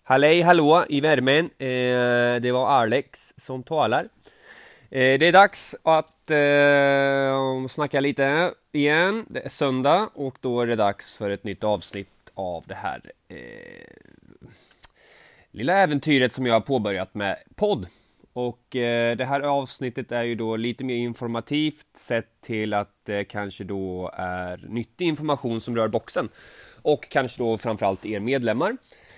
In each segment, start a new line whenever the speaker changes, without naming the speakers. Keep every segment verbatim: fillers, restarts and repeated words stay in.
Hallej, hallå i värmen. Eh, det var Alex som talar. Eh, det är dags att eh, snacka lite igen. Det är söndag och då är det dags för ett nytt avsnitt av det här eh, lilla äventyret som jag har påbörjat med podd. Och eh, det här avsnittet är ju då lite mer informativt sett till att det kanske då är nyttig information som rör boxen. Och kanske då framförallt er medlemmar.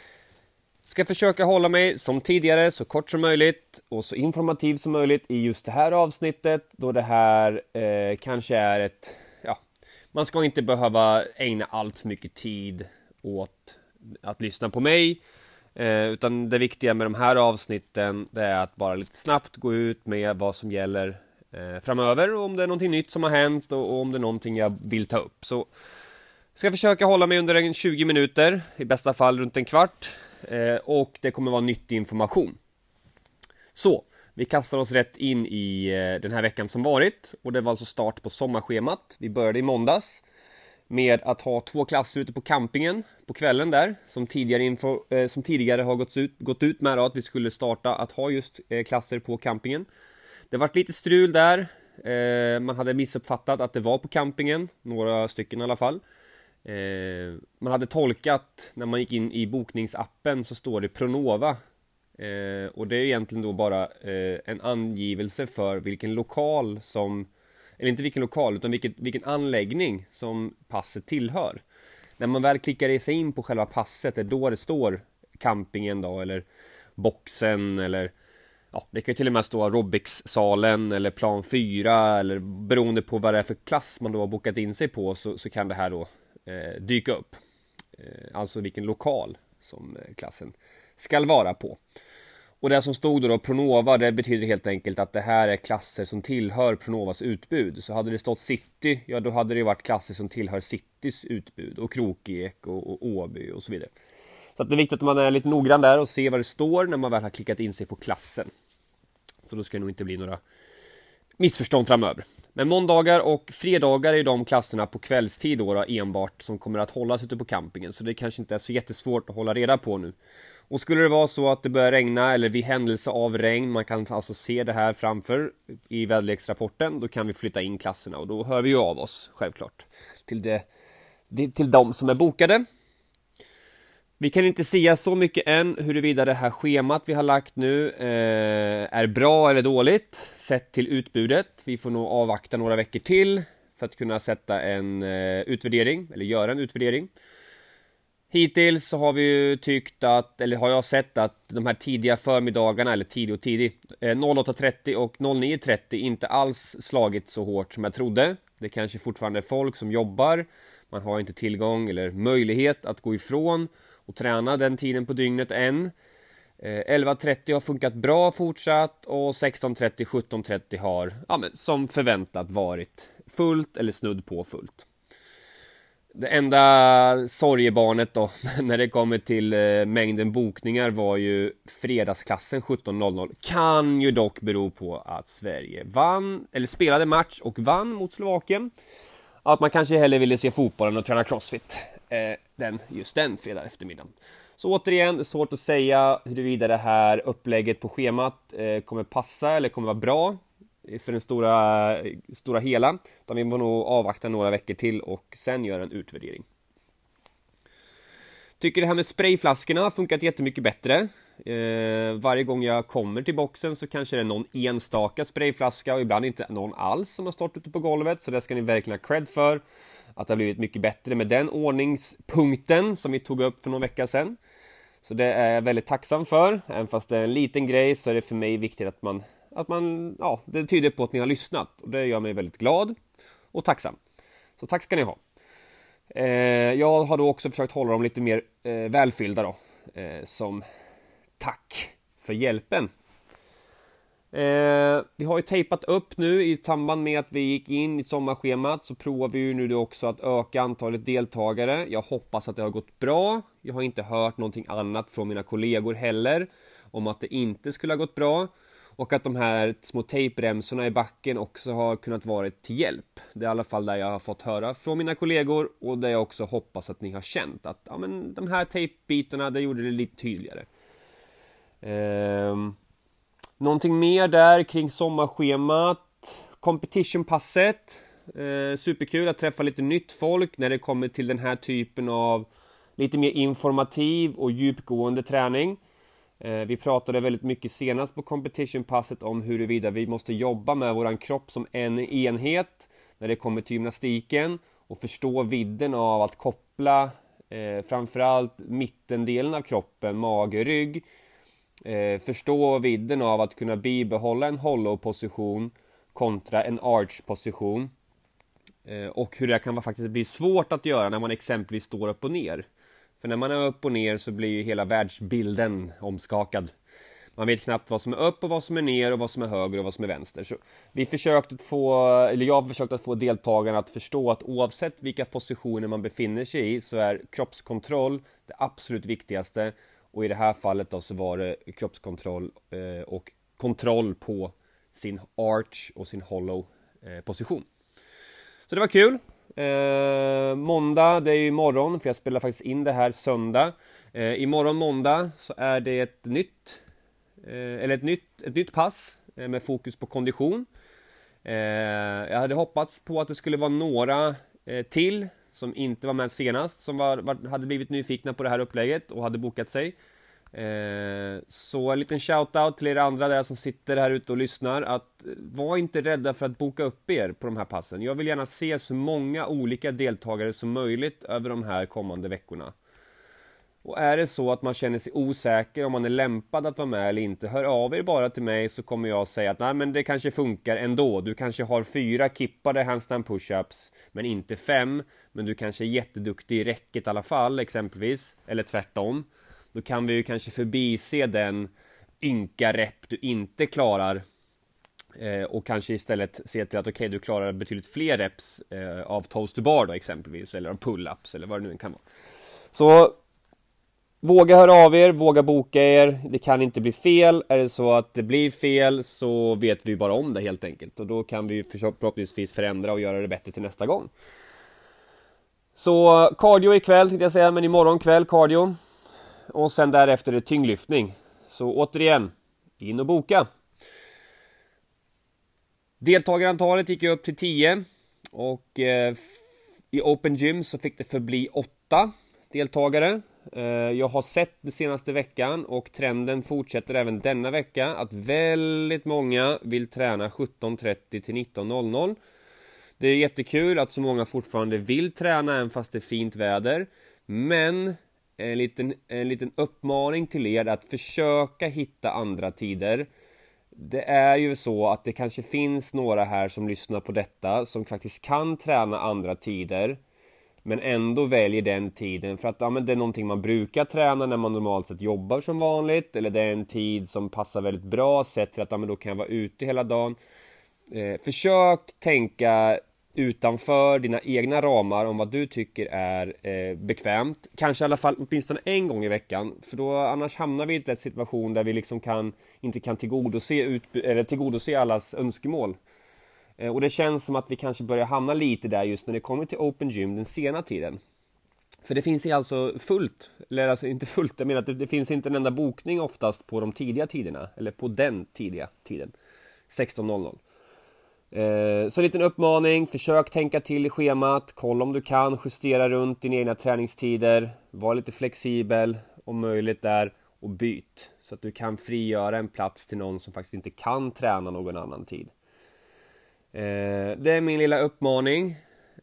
Ska försöka hålla mig som tidigare så kort som möjligt och så informativ som möjligt i just det här avsnittet, då det här eh, kanske är ett, ja, man ska inte behöva ägna allt för mycket tid åt att lyssna på mig, eh, utan det viktiga med de här avsnitten, det är att bara lite snabbt gå ut med vad som gäller eh, framöver, och om det är någonting nytt som har hänt och, och om det är någonting jag vill ta upp. Så ska jag försöka hålla mig under en tjugo minuter, i bästa fall runt en kvart. Eh, och det kommer vara nyttig information. Så, vi kastar oss rätt in i eh, den här veckan som varit. Och det var alltså start på sommarschemat. Vi började i måndags med att ha två klasser ute på campingen på kvällen där, som tidigare, info, eh, som tidigare har gått ut, gått ut med då, att vi skulle starta att ha just eh, klasser på campingen. Det var lite strul där. eh, Man hade missuppfattat att det var på campingen, några stycken i alla fall. Eh, man hade tolkat, när man gick in i bokningsappen så står det Pronova, eh, och det är egentligen då bara eh, en angivelse för vilken lokal som, eller inte vilken lokal utan vilket, vilken anläggning som passet tillhör. När man väl klickar sig in på själva passet, det är då det står campingen då, eller boxen, eller ja, det kan ju till och med stå aerobics-salen eller plan fyra, eller beroende på vad det är för klass man då har bokat in sig på, så, så kan det här då Eh, dyka upp. eh, Alltså vilken lokal som eh, klassen ska vara på. Och det som stod då, då Pronova, det betyder helt enkelt att det här är klasser som tillhör Pronovas utbud. Så hade det stått City, ja då hade det varit klasser som tillhör Citys utbud, och Krokek och, och Åby och så vidare. Så att det är viktigt att man är lite noggrann där och ser vad det står när man väl har klickat in sig på klassen. Så då ska det nog inte bli några missförstånd framöver. Men måndagar och fredagar är de klasserna på kvällstid då, då enbart, som kommer att hållas ute på campingen. Så det kanske inte är så jättesvårt att hålla reda på nu. Och skulle det vara så att det börjar regna, eller vid händelse av regn, man kan alltså se det här framför i väderleksrapporten, då kan vi flytta in klasserna. Och då hör vi ju av oss, självklart, till, det, till de som är bokade. Vi kan inte säga så mycket än huruvida det här schemat vi har lagt nu eh, är bra eller dåligt sett till utbudet. Vi får nog avvakta några veckor till för att kunna sätta en eh, utvärdering, eller göra en utvärdering. Hittills så har vi ju tyckt att, eller har jag sett att de här tidiga förmiddagarna, eller tidig och tidig, eh, åtta trettio och nio trettio inte alls slagit så hårt som jag trodde. Det kanske fortfarande är folk som jobbar, man har inte tillgång eller möjlighet att gå ifrån och träna den tiden på dygnet än. elva trettio har funkat bra fortsatt, och sexton trettio sjutton trettio har, ja, men som förväntat, varit fullt eller snudd på fullt. Det enda sorgebarnet då när det kommer till eh, mängden bokningar var ju fredagsklassen sjutton noll noll. Kan ju dock bero på att Sverige vann, eller spelade match och vann mot Slovakien. Att man kanske hellre ville se fotbollen och träna crossfit eh, den, just den fredag eftermiddagen. Så återigen, det är svårt att säga huruvida det här upplägget på schemat eh, kommer passa eller kommer vara bra för den stora, stora hela. Utan vi får nog avvakta några veckor till och sen göra en utvärdering. Tycker det här med sprayflaskorna har funkat jättemycket bättre. Eh, varje gång jag kommer till boxen så kanske det är någon enstaka sprayflaska och ibland inte någon alls som har stått ute på golvet. Så det ska ni verkligen ha cred för. Att det har blivit mycket bättre med den ordningspunkten som vi tog upp för någon vecka sedan. Så det är jag väldigt tacksam för. Även fast det är en liten grej så är det för mig viktigt att man, att man ja, det tyder på att ni har lyssnat. Och det gör mig väldigt glad och tacksam. Så tack ska ni ha. Eh, jag har då också försökt hålla dem lite mer eh, välfyllda då. Eh, som tack för hjälpen. Eh, vi har ju tejpat upp nu i samband med att vi gick in i sommarschemat, så provar vi ju nu då också att öka antalet deltagare. Jag hoppas att det har gått bra. Jag har inte hört någonting annat från mina kollegor heller om att det inte skulle ha gått bra. Och att de här små tejpremsorna i backen också har kunnat vara till hjälp. Det är i alla fall där jag har fått höra från mina kollegor, och där jag också hoppas att ni har känt att ja, men de här tejpbitarna, det gjorde det lite tydligare. Eh, någonting mer där kring sommarschemat. Competition-passet. Eh, superkul att träffa lite nytt folk när det kommer till den här typen av lite mer informativ och djupgående träning. Eh, vi pratade väldigt mycket senast på competition-passet om huruvida vi måste jobba med våran kropp som en enhet när det kommer till gymnastiken och förstå vidden av att koppla eh, framförallt mittendelen av kroppen, mage, rygg. Eh, förstå vidden av att kunna bibehålla en hollow-position kontra en arch-position. Eh, och hur det kan faktiskt bli svårt att göra när man exempelvis står upp och ner. För när man är upp och ner så blir ju hela världsbilden omskakad. Man vet knappt vad som är upp och vad som är ner och vad som är höger och vad som är vänster. Så vi försökte få, eller jag har försökt att få deltagarna att förstå att oavsett vilka positioner man befinner sig i så är kroppskontroll det absolut viktigaste. Och i det här fallet då så var det kroppskontroll eh, och kontroll på sin arch och sin hollow eh, position. Så det var kul. Eh, måndag, det är ju imorgon, för jag spelar faktiskt in det här söndag. Eh, imorgon måndag så är det ett nytt eh, eller ett nytt, ett nytt pass eh, med fokus på kondition. Eh, jag hade hoppats på att det skulle vara några eh, till som inte var med senast, som var, var, hade blivit nyfikna på det här upplägget och hade bokat sig. Eh, så en liten shoutout till er andra där som sitter här ute och lyssnar, att var inte rädda för att boka upp er på de här passen. Jag vill gärna se så många olika deltagare som möjligt över de här kommande veckorna. Och är det så att man känner sig osäker om man är lämpad att vara med eller inte, hör av er bara till mig, så kommer jag säga att nej, men det kanske funkar ändå. Du kanske har fyra kippade handstand push-ups men inte fem, men du kanske är jätteduktig i räcket i alla fall exempelvis, eller tvärtom. Då kan vi ju kanske förbise den ynka rep du inte klarar eh, och kanske istället se till att okej, okay, du klarar betydligt fler reps eh, av toes to bar då exempelvis, eller av pull-ups eller vad det nu kan vara. Så våga höra av er, våga boka er, det kan inte bli fel. Är det så att det blir fel så vet vi bara om det helt enkelt, och då kan vi förhoppningsvis förändra och göra det bättre till nästa gång. Så cardio ikväll tänkte jag säga, men imorgon kväll cardio. Och sen därefter är det tyngdlyftning. Så återigen, in och boka. Deltagarantalet gick upp till tio. Och eh, i Open Gym så fick det förbli åtta deltagare. Eh, jag har sett det senaste veckan och trenden fortsätter även denna vecka, att väldigt många vill träna sjutton trettio till nitton noll noll. Det är jättekul att så många fortfarande vill träna även fast det är fint väder. Men En liten, en liten uppmaning till er att försöka hitta andra tider. Det är ju så att det kanske finns några här som lyssnar på detta som faktiskt kan träna andra tider, men ändå väljer den tiden för att ja, men det är någonting man brukar träna när man normalt sett jobbar som vanligt, eller det är en tid som passar väldigt bra sett till att ja, men då kan jag vara ute hela dagen. Eh, försök tänka utanför dina egna ramar om vad du tycker är eh, bekvämt. Kanske i alla fall åtminstone en gång i veckan. För då annars hamnar vi i en situation där vi liksom kan, inte kan tillgodose, ut, eller tillgodose allas önskemål. Eh, och det känns som att vi kanske börjar hamna lite där just när det kommer till Open Gym den sena tiden. För det finns alltså fullt, eller alltså inte fullt, jag menar att det, det finns inte en enda bokning oftast på de tidiga tiderna. Eller på den tidiga tiden. sexton noll noll. Så en liten uppmaning, försök tänka till i schemat, kolla om du kan justera runt dina egna träningstider, var lite flexibel om möjligt där och byt så att du kan frigöra en plats till någon som faktiskt inte kan träna någon annan tid. Det är min lilla uppmaning.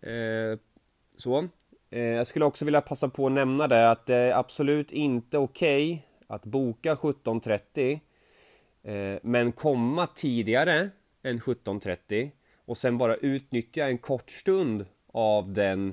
Så. Jag skulle också vilja passa på att nämna det att det är absolut inte okej okay att boka sjutton trettio men komma tidigare än sjutton trettio och sen bara utnyttja en kort stund av den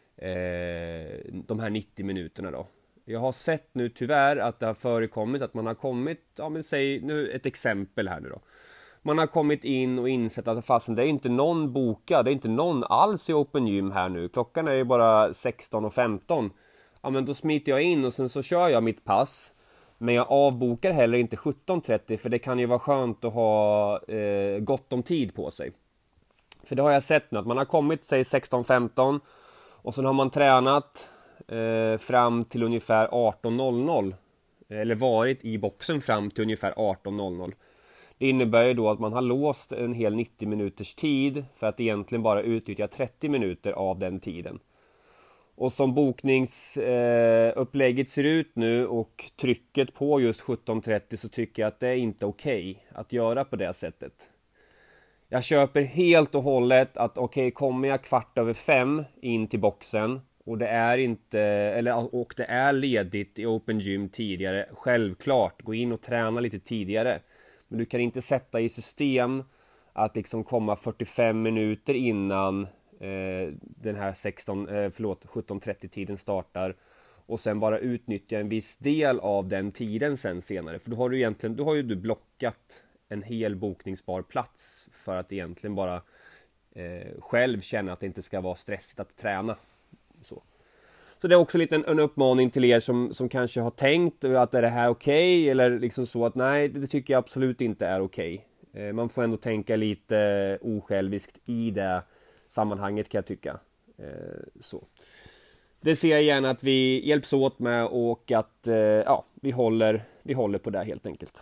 eh, de här nittio minuterna då. Jag har sett nu tyvärr att det har förekommit att man har kommit, ja men säg nu ett exempel här nu då. Man har kommit in och insett att fastän det är inte någon boka, det är inte någon alls i Open Gym här nu. Klockan är ju bara sexton och femton. Ja men då smiter jag in och sen så kör jag mitt pass. Men jag avbokar heller inte sjutton trettio, för det kan ju vara skönt att ha eh, gott om tid på sig. För det har jag sett nu, att man har kommit säg sexton femton och sen har man tränat eh, fram till ungefär arton noll noll eller varit i boxen fram till ungefär arton noll noll. Det innebär ju då att man har låst en hel nittio minuters tid för att egentligen bara utnyttja trettio minuter av den tiden. Och som bokningsupplägget eh, ser ut nu och trycket på just sjutton trettio, så tycker jag att det är inte okej okay att göra på det sättet. Jag köper helt och hållet att okej, okay, kommer jag kvart över fem in till boxen och det är inte eller och det är ledigt i Open Gym tidigare, självklart gå in och träna lite tidigare. Men du kan inte sätta i system att liksom komma fyrtiofem minuter innan eh, den här sexton eh, förlåt sjutton trettio tiden startar och sen bara utnyttja en viss del av den tiden sen senare, för då har du egentligen då har ju du blockat en hel bokningsbar plats för att egentligen bara eh, själv känna att det inte ska vara stressigt att träna. Så, så det är också lite en, en uppmaning till er som, som kanske har tänkt att är det här okej? Okay? Eller liksom så att nej, det tycker jag absolut inte är okej. Okay. Eh, man får ändå tänka lite osjälviskt i det sammanhanget, kan jag tycka. Eh, så. Det ser jag gärna att vi hjälps åt med och att eh, ja, vi, håller, vi håller på det helt enkelt.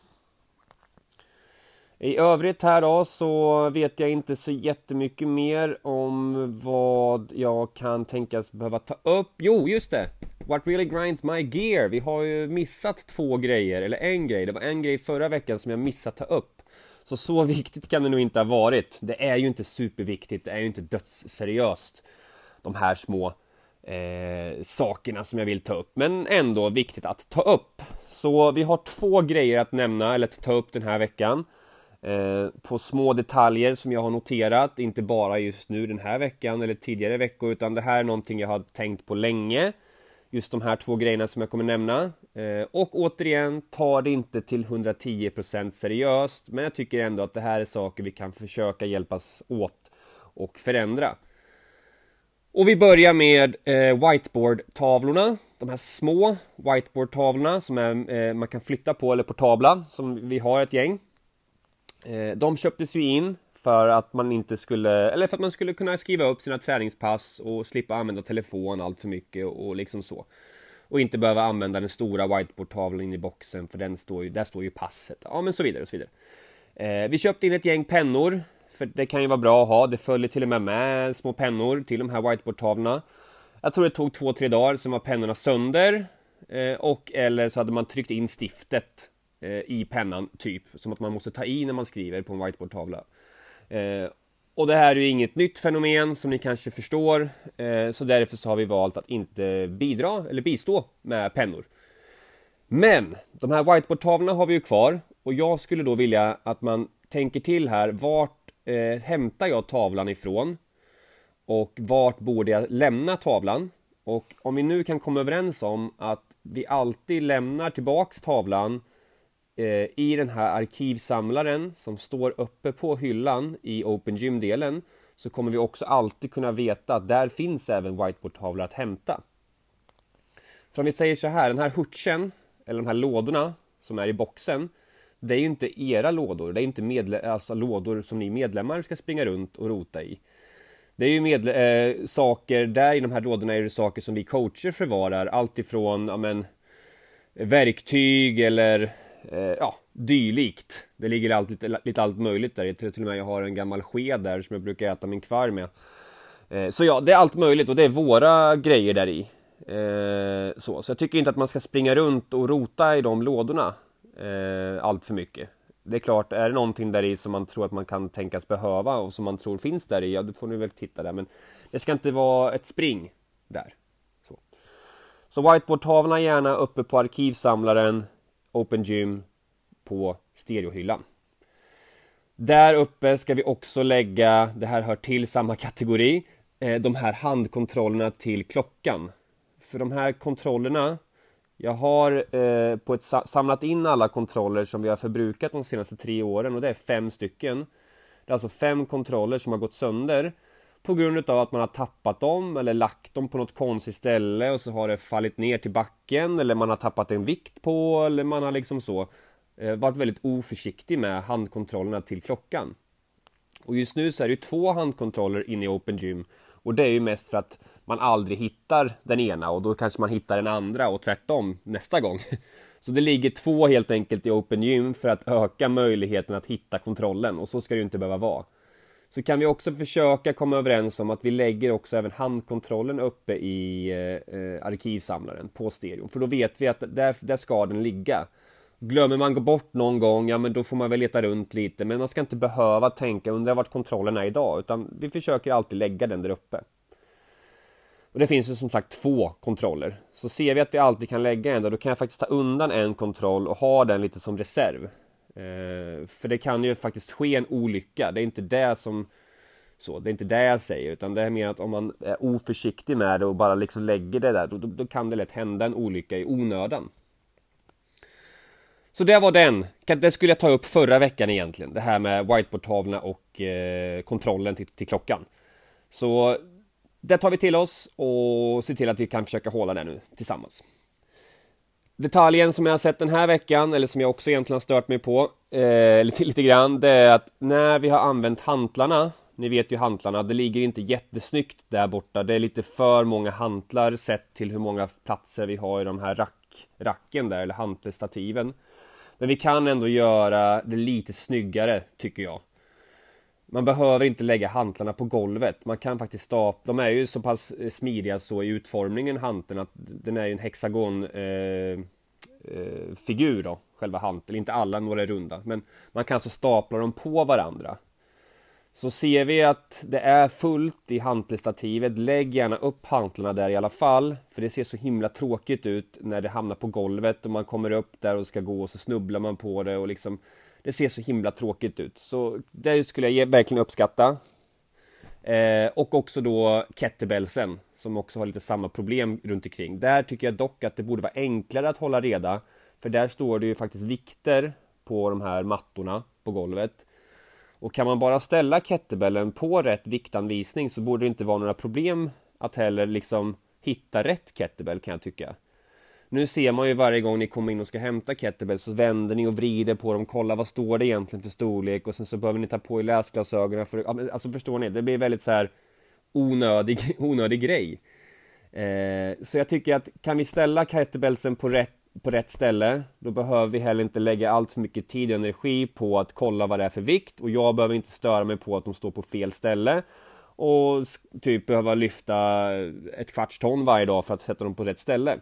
I övrigt här då så vet jag inte så jättemycket mer om vad jag kan tänkas behöva ta upp. Jo, just det! What really grinds my gear? Vi har ju missat två grejer, eller en grej. Det var en grej förra veckan som jag missat ta upp. Så så viktigt kan det nog inte ha varit. Det är ju inte superviktigt, det är ju inte dödsseriöst. De här små eh, sakerna som jag vill ta upp. Men ändå viktigt att ta upp. Så vi har två grejer att nämna, eller att ta upp den här veckan. Eh, på små detaljer som jag har noterat, inte bara just nu den här veckan eller tidigare veckor, utan det här är någonting jag har tänkt på länge. Just de här två grejerna som jag kommer nämna. Eh, och återigen, ta det inte till hundratio procent seriöst, men jag tycker ändå att det här är saker vi kan försöka hjälpas åt och förändra. Och vi börjar med eh, whiteboard-tavlorna. De här små whiteboard-tavlorna som är, eh, man kan flytta på, eller portabla, som vi har ett gäng. De köptes ju in för att man inte skulle, eller för att man skulle kunna skriva upp sina träningspass och slippa använda telefon allt för mycket och liksom så. Och inte behöva använda den stora whiteboard-tavlan i boxen, för den står ju, där står ju passet. Ja, men så vidare och så vidare. Eh, vi köpte in ett gäng pennor, för det kan ju vara bra att ha. Det följer till och med med små pennor till de här whiteboard-tavlorna. Jag tror det tog två, tre dagar, så var pennorna sönder. Eh, och eller så hade man tryckt in stiftet i pennan, typ som att man måste ta i när man skriver på en whiteboardtavla. Eh, och det här är ju inget nytt fenomen som ni kanske förstår, eh, så därför så har vi valt att inte bidra eller bistå med pennor. Men de här whiteboardtavlorna har vi ju kvar, och jag skulle då vilja att man tänker till här, vart eh, hämtar jag tavlan ifrån och vart borde jag lämna tavlan? Och om vi nu kan komma överens om att vi alltid lämnar tillbaks tavlan i den här arkivsamlaren som står uppe på hyllan i Open Gym-delen, så kommer vi också alltid kunna veta att där finns även whiteboard-tavlor att hämta. För om vi säger så här, den här hutchen, eller de här lådorna som är i boxen, det är ju inte era lådor, det är inte medle- alltså lådor som ni medlemmar ska springa runt och rota i. Det är ju medle- äh, saker, där i de här lådorna är det saker som vi coacher förvarar, allt ifrån ja, men, verktyg eller ja, dylikt. Det ligger allt, lite, lite allt möjligt där. Jag tror till och med jag har en gammal sked där som jag brukar äta min kvarg med. Så ja, det är allt möjligt, och det är våra grejer där i. Så, så jag tycker inte att man ska springa runt och rota i de lådorna allt för mycket. Det är klart, är det någonting där i som man tror att man kan tänkas behöva och som man tror finns där i, ja, då får ni väl titta där. Men det ska inte vara ett spring där. Så, så whiteboard-tavlarna gärna uppe på arkivsamlaren, Open Gym, på stereohyllan. Där uppe ska vi också lägga, det här hör till samma kategori, de här handkontrollerna till klockan. För de här kontrollerna, jag har eh, på ett samlat in alla kontroller som vi har förbrukat de senaste tre åren, och det är fem stycken. Det är alltså fem kontroller som har gått sönder på grund av att man har tappat dem eller lagt dem på något konstigt ställe och så har det fallit ner till backen, eller man har tappat en vikt på, eller man har liksom så eh, varit väldigt oförsiktig med handkontrollerna till klockan. Och just nu så är det ju två handkontroller inne i Open Gym, Och det är ju mest för att man aldrig hittar den ena och då kanske man hittar den andra och tvärtom nästa gång. Så det ligger två helt enkelt i OpenGym för att öka möjligheten att hitta kontrollen, och så ska det ju inte behöva vara. Så kan vi också försöka komma överens om att vi lägger också även handkontrollen uppe i eh, arkivsamlaren på stereon. För då vet vi att där, där ska den ligga. Glömmer man gå bort någon gång, ja men då får man väl leta runt lite. Men man ska inte behöva tänka, undra vart kontrollen är idag. Utan vi försöker alltid lägga den där uppe. Och det finns ju som sagt två kontroller. Så ser vi att vi alltid kan lägga en där, då kan jag faktiskt ta undan en kontroll och ha den lite som reserv. Eh, för det kan ju faktiskt ske en olycka. Det är inte det som så, det är inte det jag säger, utan det är mer att om man är oförsiktig med det och bara liksom lägger det där, då, då kan det lätt hända en olycka i onödan. Så det var den. Det skulle jag ta upp förra veckan egentligen. Det här med whiteboardtavlorna och eh, kontrollen till, till klockan. Så det tar vi till oss och ser till att vi kan försöka hålla det nu tillsammans. Detaljen som jag har sett den här veckan, eller som jag också egentligen har stört mig på eh, lite, lite grann, det är att när vi har använt hantlarna, ni vet ju hantlarna, det ligger inte jättesnyggt där borta. Det är lite för många hantlar sett till hur många platser vi har i de här rack, racken där, eller hantelstativen. Men vi kan ändå göra det lite snyggare, tycker jag. Man behöver inte lägga hantlarna på golvet. Man kan faktiskt stapla. De är ju så pass smidiga så i utformningen, hanteln, att den är ju en hexagon eh, eh, figur då, själva hanteln. Inte alla, några är runda. Men man kan så stapla dem på varandra. Så ser vi att det är fullt i hantelstativet, lägg gärna upp hantlarna där i alla fall. För det ser så himla tråkigt ut när det hamnar på golvet och man kommer upp där och ska gå och så snubblar man på det och liksom, det ser så himla tråkigt ut. Så det skulle jag verkligen uppskatta. Eh, och också då kettlebellsen, som också har lite samma problem runt omkring. Där tycker jag dock att det borde vara enklare att hålla reda. För där står det ju faktiskt vikter på de här mattorna på golvet. Och kan man bara ställa kettlebellen på rätt viktanvisning så borde det inte vara några problem att heller liksom hitta rätt kettlebell, kan jag tycka. Nu ser man ju varje gång ni kommer in och ska hämta kettlebell så vänder ni och vrider på dem, kolla vad står det egentligen för storlek, och sen så behöver ni ta på er läsglasögonen för, alltså förstår ni, det blir väldigt så här onödig, onödig grej. Eh, så jag tycker att kan vi ställa kettlebellsen på rätt på rätt ställe, då behöver vi heller inte lägga allt för mycket tid och energi på att kolla vad det är för vikt, och jag behöver inte störa mig på att de står på fel ställe och typ behöva lyfta ett kvarts ton varje dag för att sätta dem på rätt ställe.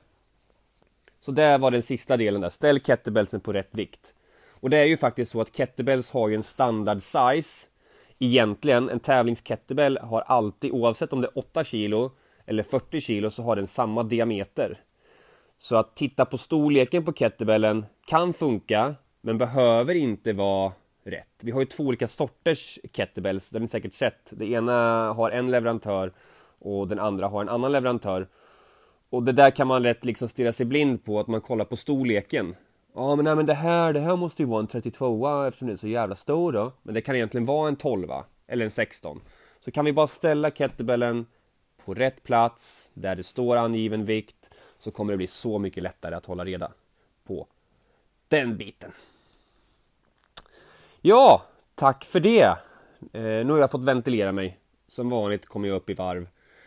Så det var den sista delen där, ställ kettlebellsen på rätt vikt. Och det är ju faktiskt så att kettlebells har ju en standard size. Egentligen, en tävlingskettlebell har alltid, oavsett om det är åtta kilo eller fyrtio kilo, så har den samma diameter. Så att titta på storleken på kettlebellen kan funka, men behöver inte vara rätt. Vi har ju två olika sorters kettlebells, det har ni säkert sett. Det ena har en leverantör och den andra har en annan leverantör. Och det där kan man lätt liksom stirra sig blind på, att man kollar på storleken. Ja, men nej, men det här, det här måste ju vara en trettiotvå eftersom det är så jävla stor då. Men det kan egentligen vara en tolv eller en sexton. Så kan vi bara ställa kettlebellen på rätt plats där det står angiven vikt, så kommer det bli så mycket lättare att hålla reda på den biten. Ja, tack för det. Eh, nu har jag fått ventilera mig. Som vanligt kommer jag upp i varv.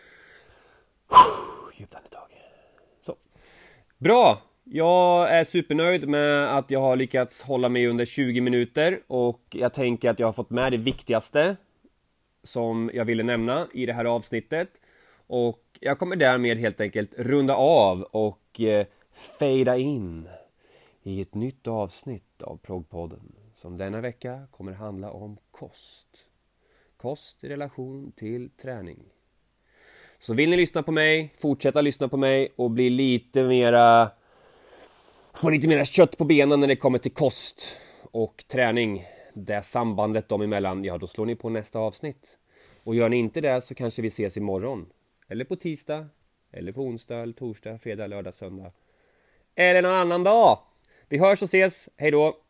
Djupande tag. Så. Bra! Jag är supernöjd med att jag har lyckats hålla mig under tjugo minuter. Och jag tänker att jag har fått med det viktigaste som jag ville nämna i det här avsnittet. Och jag kommer därmed helt enkelt runda av och eh, fejda in i ett nytt avsnitt av Proggpodden, som denna vecka kommer handla om kost. Kost i relation till träning. Så vill ni lyssna på mig, fortsätta lyssna på mig och bli lite mera, få lite mera kött på benen när det kommer till kost och träning, det sambandet dem emellan, ja då slår ni på nästa avsnitt. Och gör ni inte det så kanske vi ses imorgon. Eller på tisdag, eller på onsdag, eller torsdag, fredag, lördag, söndag. Eller någon annan dag. Vi hörs och ses, hej då!